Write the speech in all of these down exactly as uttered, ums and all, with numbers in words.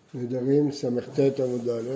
נדרים סמכת עמוד א'.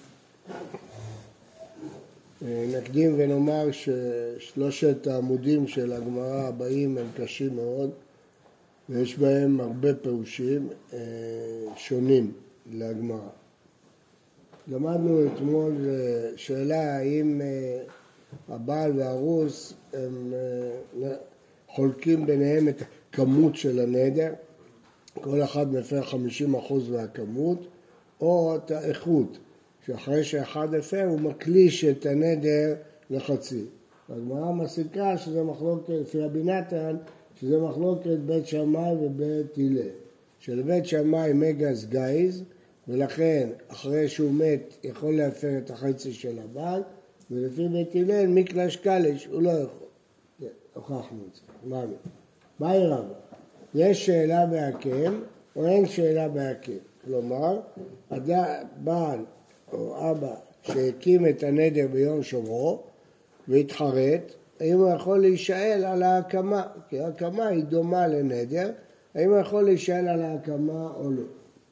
נקדים ונאמר ששלושת העמודים של הגמרא הבאים הם קשים מאוד ויש בהם הרבה פירושים שונים לגמרא. למדנו אתמול שאלה האם הבעל והרוס הם חולקים ביניהם את הכמות של הנדר, כל אחד מפר חמישים אחוז מהכמות, או את האיכות, שאחרי שאחד הפר הוא מקליש את הנדר לחצי. הגמרא מסיקה שזה מחלוקת, לפי רבי נתן, שזה מחלוקת בית שמאי ובית הלל. שלבית שמאי מגז גייז, ולכן אחרי שהוא מת יכול להפר את החצי של הבעל, ולפי בית הלל מקלש קלש הוא לא יכול. הוכחנו את זה. מאמין. באי רבא. יש שאלה בהקם או אין שאלה בהקם. כלומר, בעל או אבא שהקים את הנדר ביום שומרו והתחרט, האם הוא יכול להישאל על ההקמה? כי ההקמה היא דומה לנדר, האם הוא יכול להישאל על ההקמה או לא?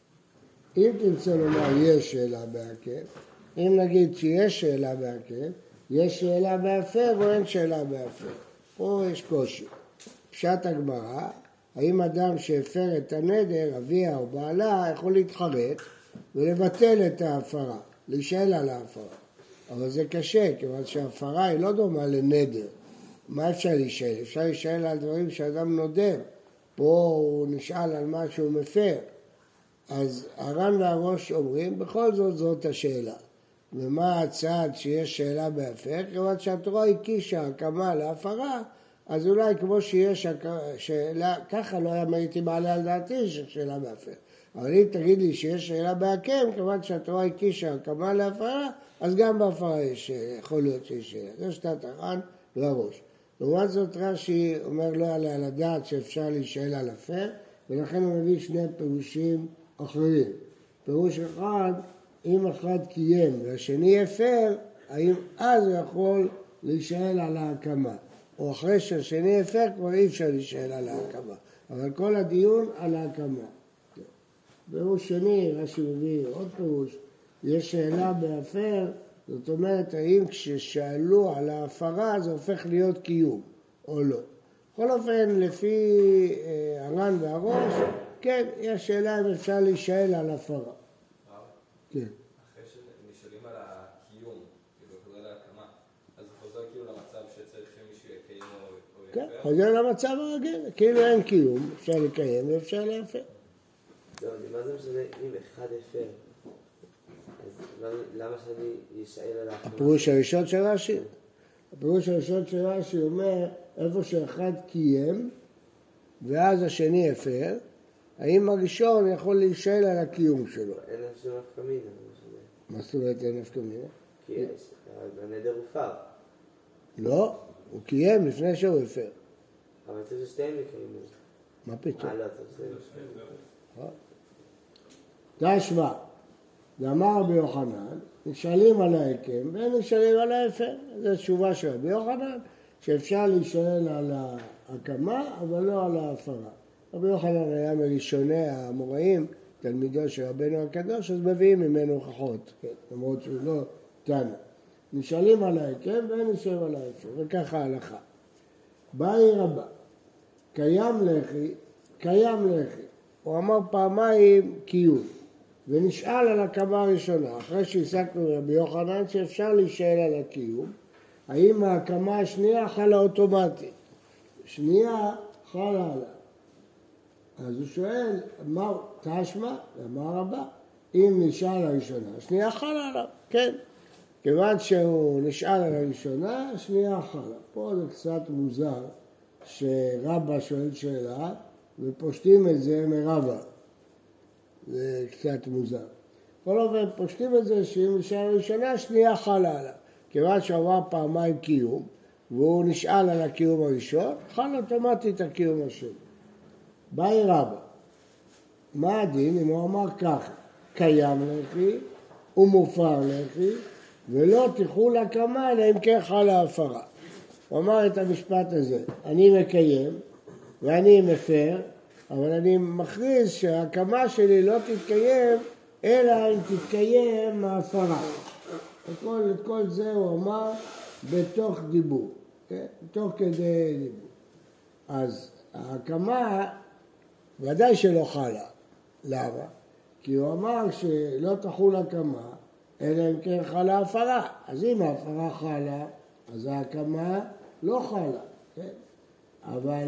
אם תרצה לומר יש שאלה בהקם, אם נגיד שיש שאלה בהקם, יש שאלה בהפר או אין שאלה בהפר. פה יש קושי. פשט הגמרא, האם אדם שהפר את הנדר, אביה או בעלה, יכול להתחרט ולבטל את ההפרה, להישאל על ההפרה. אבל זה קשה, כיוון שההפרה היא לא דומה לנדר. מה אפשר להישאל? אפשר להישאל על דברים שאדם נודר. פה הוא נשאל על מה שהוא מפר. אז הר"ן והראש אומרים, בכל זאת זאת השאלה. ומה הצעד שיש שאלה בהפר? כיוון שהתורה הקישה הקמה להפרה, אז אולי כמו שיש שאלה, ככה לא היה הייתי מעלה על דעתי ששאלה בהפר. אבל אם תגיד לי שיש שאלה בהקם, כיוון שהתורה הקישה הקמה להפרה, אז גם בהפרה יש, יכול להיות שיש שאלה. זה שתת הר"ן והראש. לעומת זאת רש"י אומר לא יעלה על הדעת שאפשר להישאל על הפר, ולכן הוא מביא שני פירושים אחרים. פירוש אחד, אם אחד קיים והשני הפר, האם אז הוא יכול להישאל על ההקמה. או אחרי שהשני הפר כבר אי אפשר להישאל על ההקמה. אבל כל הדיון על ההקמה. פירוש שני, רש"י מביא עוד פירוש, יש שאלה בהפר, זאת אומרת, האם כששאלו על ההפרה זה הופך להיות קיום או לא. בכל אופן, לפי הר"ן והראש, כן, יש שאלה אם אפשר להישאל על הפרה. כן. אחרי שנשאלים על הקיום, כאילו חוזר להקמה, אז הוא חוזר כאילו למצב שצריך שמישהו יקיים או יפר? כן, חוזר למצב הרגיל, כאילו אין קיום, אפשר לקיים ואפשר להפר. לא, מה זה משנה אם אחד הפר? אז למה שאני אשאל על ההקמה? הפירוש הראשון של רש"י. הפירוש הראשון של רש"י אומר, איפה שאחד קיים, ואז השני הפר, האם הראשון יכול להישאל על הקיום שלו? אין אפשר נפקא מינה. מה זאת אומרת אין נפקא מינה? כי הנדר הופר. לא, הוא קיים לפני שהוא הפר. אבל צריך ששתיהם יקיימו. מה פתאום? אה, לא, צריך שתיהם. תשמע, ואמר רבי יוחנן, נשאלים על ההקם ונשאלים על ההפר. זו תשובה של רבי יוחנן, שאפשר להישאל על ההקמה, אבל לא על ההפרה. רבי יוחנן היה מראשוני האמוראים, תלמידו של רבנו הקדוש, אז מביאים ממנו הוכחות, כן, למרות שהוא לא תנא. נשאלים על ההקם ונשאלים על ההפר, וככה ההלכה. באי רבא, קיים לחי, קיים לחי. הוא אמר פעמיים קיום, ונשאל על הקמה הראשונה, אחרי שהסקנו רבי יוחנן שאפשר להישאל על הקיום, האם ההקמה השנייה חלה אוטומטית? שנייה חלה עליו. אז הוא שואל, מה תשמע? אמר רבא, אם נשאל הראשונה, השנייה חלה עליו, כן. כיוון שהוא נשאל על הראשונה, השנייה חלה. פה זה קצת מוזר שרבא שואל שאלה, ופושטים את זה מרבא. זה קצת מוזר. כל אופן, פושטים את זה שאם נשאל הראשונה, השנייה חלה עליו. כיוון שעבר פעמיים קיום, והוא נשאל על הקיום הראשון, חל אוטומטית הקיום השני. באי רבא, מה הדין אם הוא אמר ככה, קיים לחי ומופר לחי ולא תחול הקמה אלא אם כן חלה הפרה. הוא אמר את המשפט הזה, אני מקיים ואני מפר, אבל אני מכריז שההקמה שלי לא תתקיים אלא אם תתקיים ההפרה. את כל, את כל זה הוא אמר בתוך דיבור, כן? תוך כדי דיבור. אז ההקמה ודאי שלא חלה. למה? כי הוא אמר שלא תחול הקמה, אלא אם כן חלה הפרה. אז אם ההפרה חלה, אז ההקמה לא חלה. כן? אבל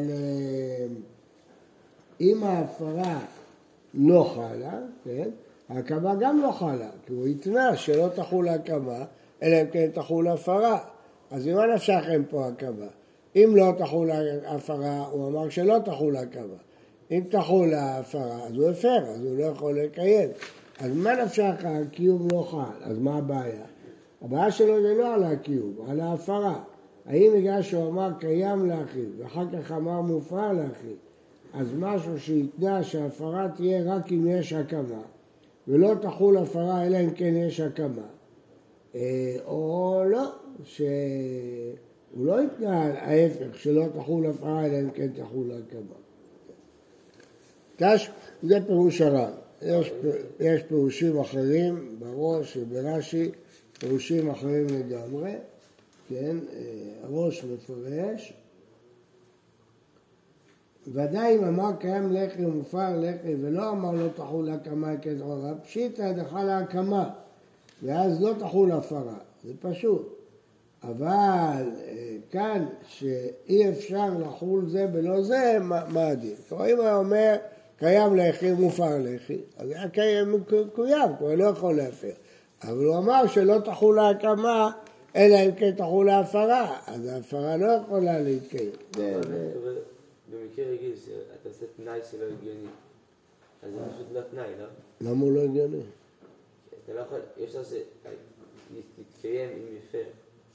אם ההפרה לא חלה, כן? ההקמה גם לא חלה, כי הוא התנה שלא תחול ההקמה, אלא אם כן תחול הפרה. אז מה נפשכם פה הקמה? אם לא תחול ההפרה, הוא אמר שלא תחול ההקמה. אם תחול ההפרה, אז הוא הפר, אז הוא לא יכול לקיים. אז מה נפשך? הקיום לא חל, אז מה הבעיה? הבעיה שלו זה לא על הקיום, על ההפרה. האם בגלל שהוא אמר קיים לאחיו, ואחר כך אמר מופר לאחיו, אז משהו שיתנה שההפרה תהיה רק אם יש הקמה, ולא תחול הפרה אלא אם כן יש הקמה, או לא, שהוא לא יתנה ההפך, שלא תחול הפרה אלא אם כן תחול הקמה. תש, זה פירוש הרב. יש, יש פירושים אחרים בראש וברש"י, פירושים אחרים לגמרי, כן, הראש מפרש. ודאי אם אמר קיים לחי ומופר לחי ולא אמר לא תחול הקמה כדבריו, פשיטא דחל ההקמה, ואז לא תחול הפרה, זה פשוט. אבל כאן שאי אפשר לחול זה בלא זה, מה הדין? כלומר אם הוא אומר קיים לחי ומופר לחי, אז היה קיים קוים, הוא לא יכול להפר. אבל הוא אמר שלא תחול ההקמה, אלא אם כן תחול ההפרה, אז ההפרה לא יכולה להתקיים. במקרה רגיל שאתה עושה תנאי שלא הגיוני, אז זה פשוט לא תנאי, לא? למה הוא לא הגיוני? אתה לא יכול, יש לך שתתקיים אם יפר.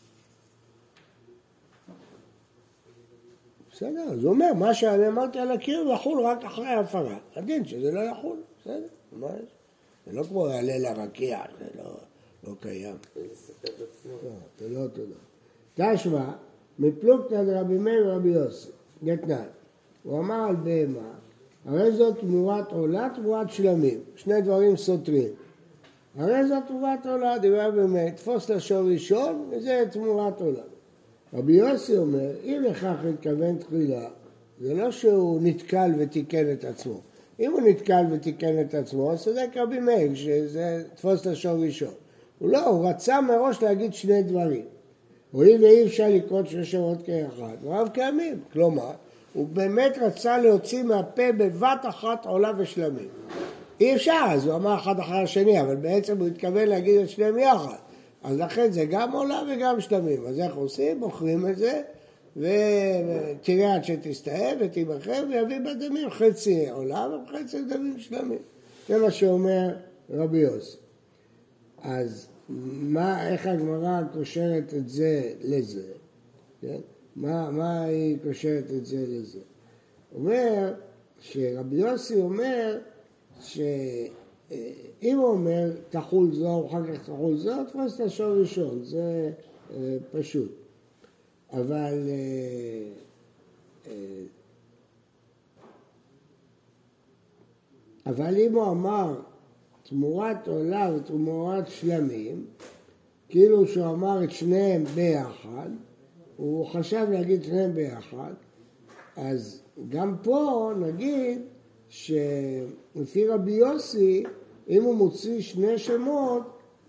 בסדר, אז הוא אומר, מה שאני אמרתי על הקיום יחול רק אחרי ההפרה. הדין שזה לא יחול, בסדר, מה יש? זה לא כמו יעלה לרקיע, זה לא, לא קיים. זה ספק עצמו. לא, זה לא תודה. תשמע, מפלוגתא דרבי מאיר ורבי יוסי, דתנן. הוא אמר על בהמה, הרי זאת תמורת עולה, תמורת שלמים, שני דברים סותרים. הרי זאת תמורת עולה, דיבר באמת, תפוס לשור ראשון, וזה תמורת עולה. רבי יוסי אומר, אם לכך התכוון תחילה, זה לא שהוא נתקל ותיקן את עצמו. אם הוא נתקל ותיקן את עצמו, אז צודק רבי מאיר, שזה תפוס לשור ראשון. הוא לא, הוא רצה מראש להגיד שני דברים. רואים ואי אפשר לקרות שני שמות כאחד, דבריו קיימים. כלומר, הוא באמת רצה להוציא מהפה בבת אחת עולה ושלמים. אי אפשר, אז הוא אמר אחד אחר השני, אבל בעצם הוא התכוון להגיד את שניהם יחד. אז לכן זה גם עולה וגם שלמים. אז איך עושים? בוחרים את זה, ותראה עד שתסתאב ותיבחר, ויביא בדמים חצי עולה וחצי דמים שלמים. זה מה שאומר רבי יוסי. אז מה, איך הגמרא קושרת את זה לזה? כן? מה, מה היא קושרת את זה לזה? אומר שרבי יוסי אומר שאם הוא אומר תחול זו, אחר כך תחול זו, תפוס את השור ראשון, זה אה, פשוט. אבל אה, אה, אבל אם הוא אמר תמורת עולה ותמורת שלמים, כאילו שהוא אמר את שניהם ביחד, הוא חשב להגיד שניהם ביחד, אז גם פה נגיד שלפי רבי יוסי, אם הוא מוציא שני שמות,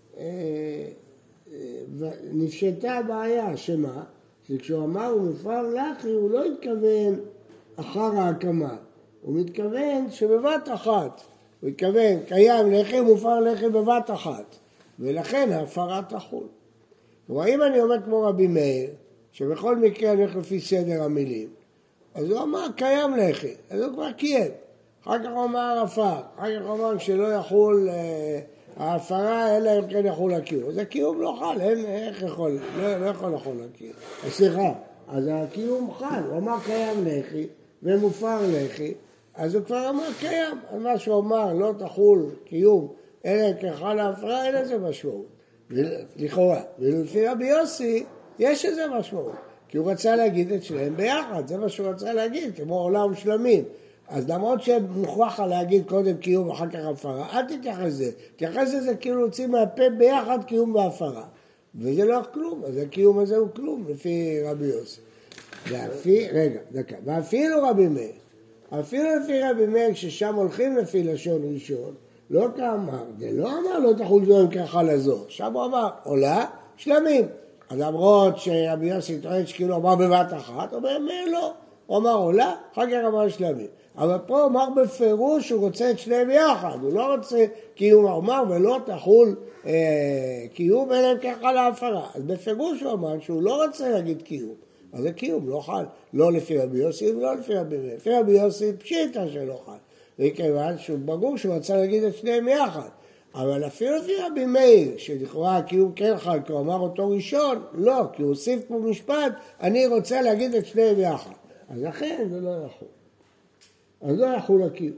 נפשטה הבעיה, שמה? שכשהוא אמר הוא מופר לחי, הוא לא התכוון אחר ההקמה, הוא מתכוון שבבת אחת, הוא התכוון קיים לחי מופר לחי בבת אחת, ולכן ההפרה תחול. כלומר, אם אני אומר כמו רבי מאיר, שבכל מקרה אני הולך לפי סדר המילים, אז הוא אמר קיים לחי, אז הוא כבר קיים. אחר כך הוא אמר הפר, אחר כך הוא אמר שלא יחול אה, ההפרה, אלא אם כן יחול הקיום. אז הקיום לא חל, אין, איך יכול, לא, לא יכול לחול הקיום. סליחה, אז הקיום חל, הוא אמר קיים לחי ומופר לחי, אז הוא כבר אמר קיים. אז מה שהוא אמר, לא תחול קיום, אלא אם כן חל ההפרה, אין לזה משמעות. לכאורה, ולפי רבי יוסי, יש איזה משמעות. כי הוא רצה להגיד את שלהם ביחד, זה מה שהוא רצה להגיד, כמו עולה ושלמים. אז למרות שמוכרח להגיד קודם קיום ואחר כך הפרה, אל תתייחס לזה. תתייחס לזה כאילו להוציא מהפה ביחד קיום והפרה. וזה לא כלום, אז הקיום הזה הוא כלום לפי רבי יוסי. ואפי, רגע, דקה, ואפילו רבי מאיר, אפילו לפי רבי מאיר ששם הולכים לפי לשון ראשון, לא כאמר, זה לא אמר לא תחול זו אם ככה לזו, שם הוא אמר עולה שלמים. אז למרות שרבי יוסי טוען שכאילו אמר בבת אחת, הוא אומר מאיר לא, הוא אמר עולה, אחר כך אמר שלמים. אבל פה הוא אמר בפירוש שהוא רוצה את שניהם יחד, הוא לא רוצה קיום אמר ולא תחול אה, קיום אלא אם ככה להפרה. אז בפירוש הוא אמר שהוא לא רוצה להגיד קיום, אז זה קיום, לא חל, לא לפי רבי יוסי ולא לפי רבי מאיר. לפי רבי יוסי פשיטה שלא חל, וכיוון שהוא ברור שהוא רוצה להגיד את שניהם יחד. אבל אפילו לפי רבי מאיר, שלכאורה הקיום כן חל, כי הוא אמר אותו ראשון, לא, כי הוא הוסיף פה משפט, אני רוצה להגיד את שניהם יחד. אז לכן זה לא יכול. אז לא יחול הקיום.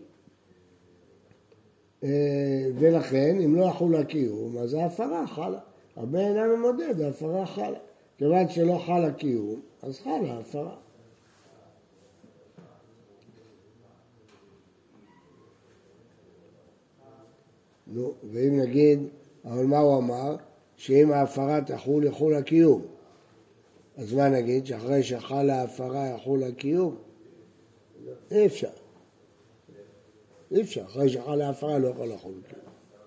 ולכן, אם לא יחול הקיום, אז ההפרה חלה. הרבה אינם ממודד, ההפרה חלה. כיוון שלא חל הקיום, אז חלה ההפרה. נו, ואם נגיד, אבל מה הוא אמר? שאם ההפרה תחול, יחול הקיום. אז מה נגיד? שאחרי שחלה ההפרה יחול הקיום? אי אפשר. אי אפשר, אחרי שחלה ההפרה לא יכול לחול הקיום.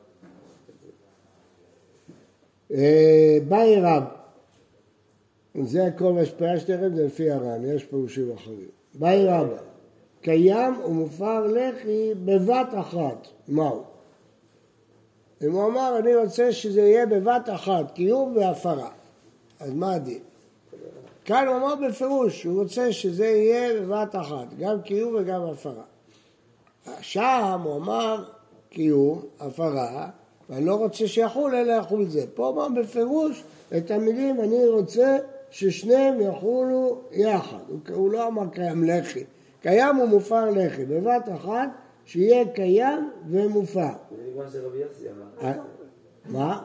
באי רב, זה כל מה שפרשתם, זה לפי הר"ן, יש פירושים אחרים. באי רב, קיים ומופר לחי בבת אחת. מהו? אם הוא אמר, אני רוצה שזה יהיה בבת אחת, קיום והפרה. אז מה הדין? כאן הוא אמר בפירוש, הוא רוצה שזה יהיה בבת אחת, גם קיום וגם הפרה. שם הוא אמר קיום, הפרה, ואני לא רוצה שיחול, אלא יחול זה. פה הוא אמר בפירוש את המילים, אני רוצה ששניהם יחולו יחד. הוא, הוא לא אמר קיים לחי. קיים ומופר לחי, בבת אחת שיהיה קיים ומופר. זה נגמר שרבי יוסי אמר. מה?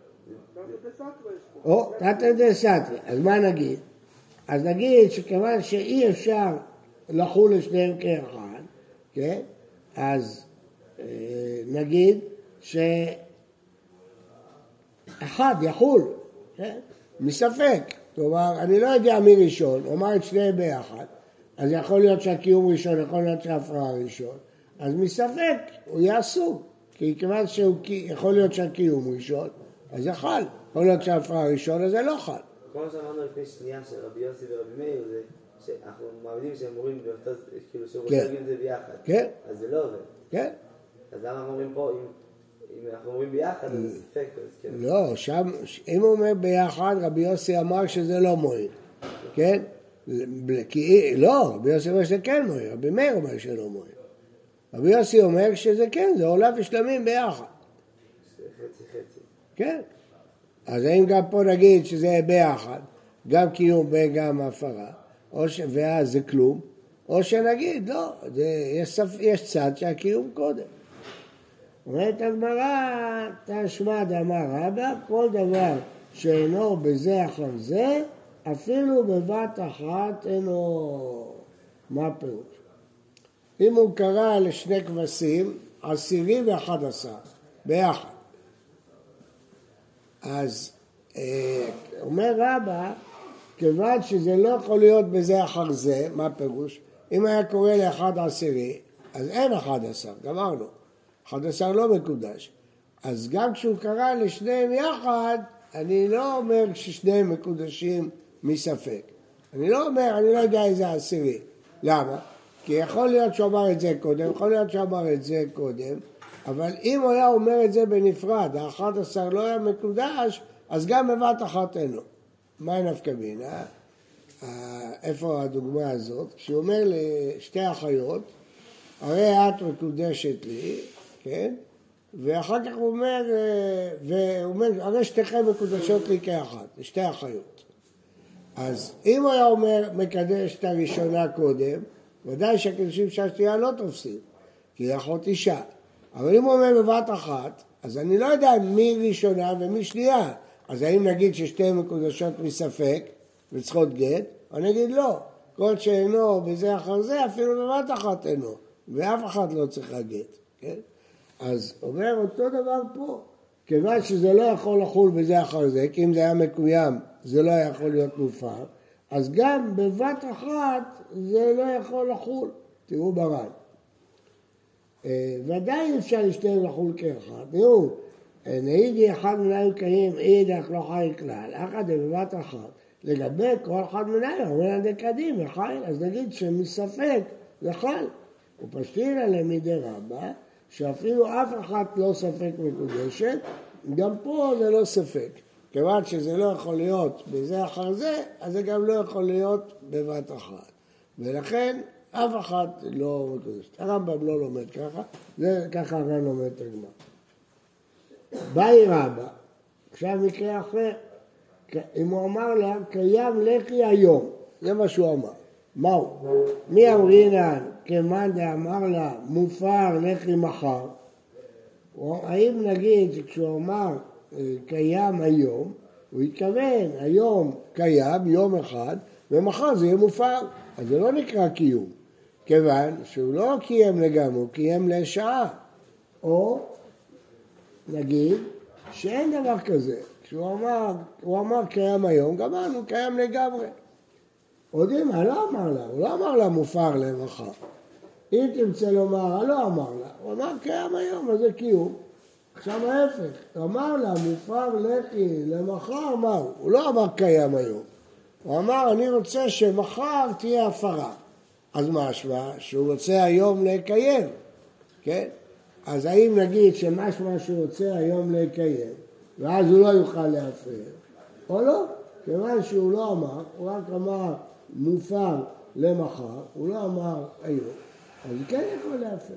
או, תתא דסתרי. אז מה נגיד? אז נגיד שכיוון שאי אפשר לחול לשניהם כאחד, כן? אז אה, נגיד שאחד יחול, כן? מספק. כלומר, אני לא יודע מי ראשון, הוא אמר את שניהם ביחד, אז יכול להיות שהקיום ראשון, יכול להיות שההפרעה ראשון, אז מספק הוא יעשו, כי כיוון שיכול להיות שהקיום ראשון, אז זה חל. יכול להיות שההפרעה ראשון, אז זה לא חל. כמו שאמרנו לפני שנייה של רבי יוסי ורבי מאיר, זה שאנחנו מעמידים שהם אומרים באותו, כאילו שהוא רוצה להגיד את זה ביחד. כן. אז זה לא עובד. כן. אז למה אנחנו אומרים פה, אם אנחנו אומרים ביחד, אז זה ספק. לא, שם, אם הוא אומר ביחד, רבי יוסי אמר שזה לא מועיל. כן? כי, לא, רבי יוסי אומר שזה כן מועיל, רבי מאיר אומר שזה לא מועיל. רבי יוסי אומר שזה כן, זה עולה ושלמים ביחד. חצי חצי. כן. אז האם גם פה נגיד שזה ביחד, גם קיום וגם הפרה, או ש... ואז זה כלום, או שנגיד, לא, זה... יש, ספ... יש צד שהקיום קודם. אומרת הגמרא, תשמע דאמר רבא, כל דבר שאינו בזה אחר זה, אפילו בבת אחת אינו... מה הפירוש? אם הוא קרא לשני כבשים, עשירי ואחד עשר, ביחד. אז אה, אומר רבא, כיוון שזה לא יכול להיות בזה אחר זה, מה הפירוש? אם היה קורא לאחד עשירי, אז אין אחד עשר, גמרנו. אחד עשר לא מקודש. אז גם כשהוא קרא לשניהם יחד, אני לא אומר ששניהם מקודשים מספק. אני לא אומר, אני לא יודע איזה עשירי. למה? כי יכול להיות שהוא אמר את זה קודם, יכול להיות שהוא אמר את זה קודם, אבל אם הוא היה אומר את זה בנפרד, האחד עשר לא היה מקודש, אז גם בבת אחת אין לו. מה נפקא מינה? איפה הדוגמה הזאת? כשהוא אומר לשתי אחיות, הרי את מקודשת לי, כן? ואחר כך הוא אומר, והוא אומר, הרי שתיכם מקודשות לי כאחת, שתי אחיות. אז אם הוא היה אומר, מקדש את הראשונה קודם, ודאי שהקדושים שהשתייה לא תופסים, כי היא אחות אישה. אבל אם הוא אומר בבת אחת, אז אני לא יודע מי ראשונה ומי שנייה. אז האם נגיד ששתי מקודשות מספק וצריכות גט, או נגיד לא. כל שאינו בזה אחר זה, אפילו בבת אחת אינו. ואף אחד לא צריך גט, כן? אז אומר אותו דבר פה, כיוון שזה לא יכול לחול בזה אחר זה, כי אם זה היה מקוים זה לא יכול להיות מופר, אז גם בבת אחת זה לא יכול לחול, תראו ברן. ודאי אפשר לשתיהם לחול כאחד, תראו, נעידי אחד מנהל קיים, אידך לא חי כלל, אחד בבת אחת, לגבי כל אחד מנהל, אומרים דקדים וחייל, אז נגיד שמספק זה חל, ופשטין עליהם מדי רבה, שאפילו אף אחת לא ספק מקודשת, גם פה זה לא ספק. כיוון שזה לא יכול להיות בזה אחר זה, אז זה גם לא יכול להיות בבת אחת. ולכן אף אחת לא מקודשת. הרמב"ם לא לומד ככה, זה ככה הרמב"ם לומד את הגמרא. באי רבא, עכשיו מקרה אחר, אם הוא אמר לה, קיים לחי היום, זה מה שהוא אמר. מהו? מי אמרינן כמאן דאמר לה מופר לחי מחר? האם נגיד שכשהוא אמר קיים היום, הוא התכוון היום קיים יום אחד ומחר זה יהיה מופר, אז זה לא נקרא קיום, כיוון שהוא לא קיים לגמרי, הוא קיים לשעה, או נגיד שאין דבר כזה, כשהוא אמר, הוא אמר קיים היום, גמרנו קיים לגמרי. יודעים מה? לא אמר לה, הוא לא אמר לה מופר למחר. אם תמצא לומר, לא אמר לה, הוא אמר קיים היום, אז זה קיום. עכשיו ההפך, הוא אמר לה מופר לחי למחר, מהו? הוא לא אמר קיים היום. הוא אמר, אני רוצה שמחר תהיה הפרה. אז מה השוואה? שהוא רוצה היום לקיים, כן? אז האם נגיד שמשמע שהוא רוצה היום לקיים, ואז הוא לא יוכל להפר, או לא? כיוון שהוא לא אמר, הוא רק אמר מופר למחר, הוא לא אמר היום, אז כן יכול להפר.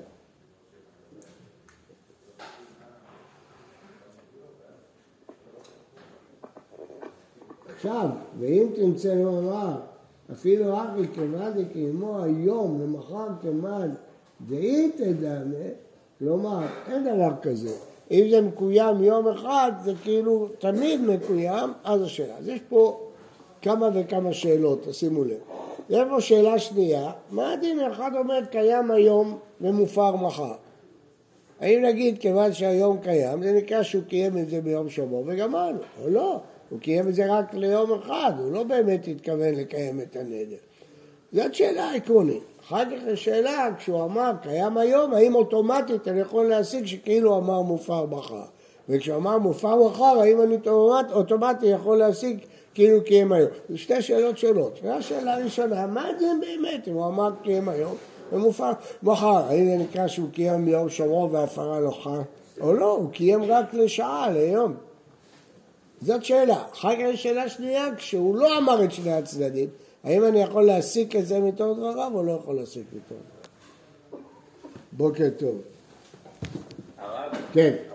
עכשיו, ואם תמצא לומר, אפילו אחי כמאן דקיימו היום למחר כמאן דאית דמה, כלומר, אין דבר כזה. אם זה מקוים יום אחד, זה כאילו תמיד מקוים, אז השאלה. אז יש פה כמה וכמה שאלות, תשימו לב. יש פה שאלה שנייה, מה הדין אחד אומר קיים היום ומופר מחר? האם נגיד כיוון שהיום קיים, זה נקרא שהוא קיים את זה ביום שבוע וגמרנו, או לא? הוא קיים את זה רק ליום אחד, הוא לא באמת התכוון לקיים את הנדר. זאת שאלה עקרונית. אחר כך השאלה, כשהוא אמר קיים היום, האם אוטומטית אני יכול להשיג שכאילו אמר מופר מחר? וכשהוא אמר מופר מחר, האם אני אוטומטית יכול להשיג כאילו קיים היום? זה שתי שאלות שונות. והשאלה הראשונה, מה זה באמת אם הוא אמר קיים היום ומופר מחר? האם זה נקרא שהוא קיים ביום שבוע והפרה לא חל? או לא, הוא קיים רק לשעה, ליום. זאת שאלה. אחר כך שאלה שנייה, כשהוא לא אמר את שני הצדדים, האם אני יכול להסיק את זה מתוך דבריו או לא יכול להסיק מתוך דבריו? בוקר טוב. הרב? כן.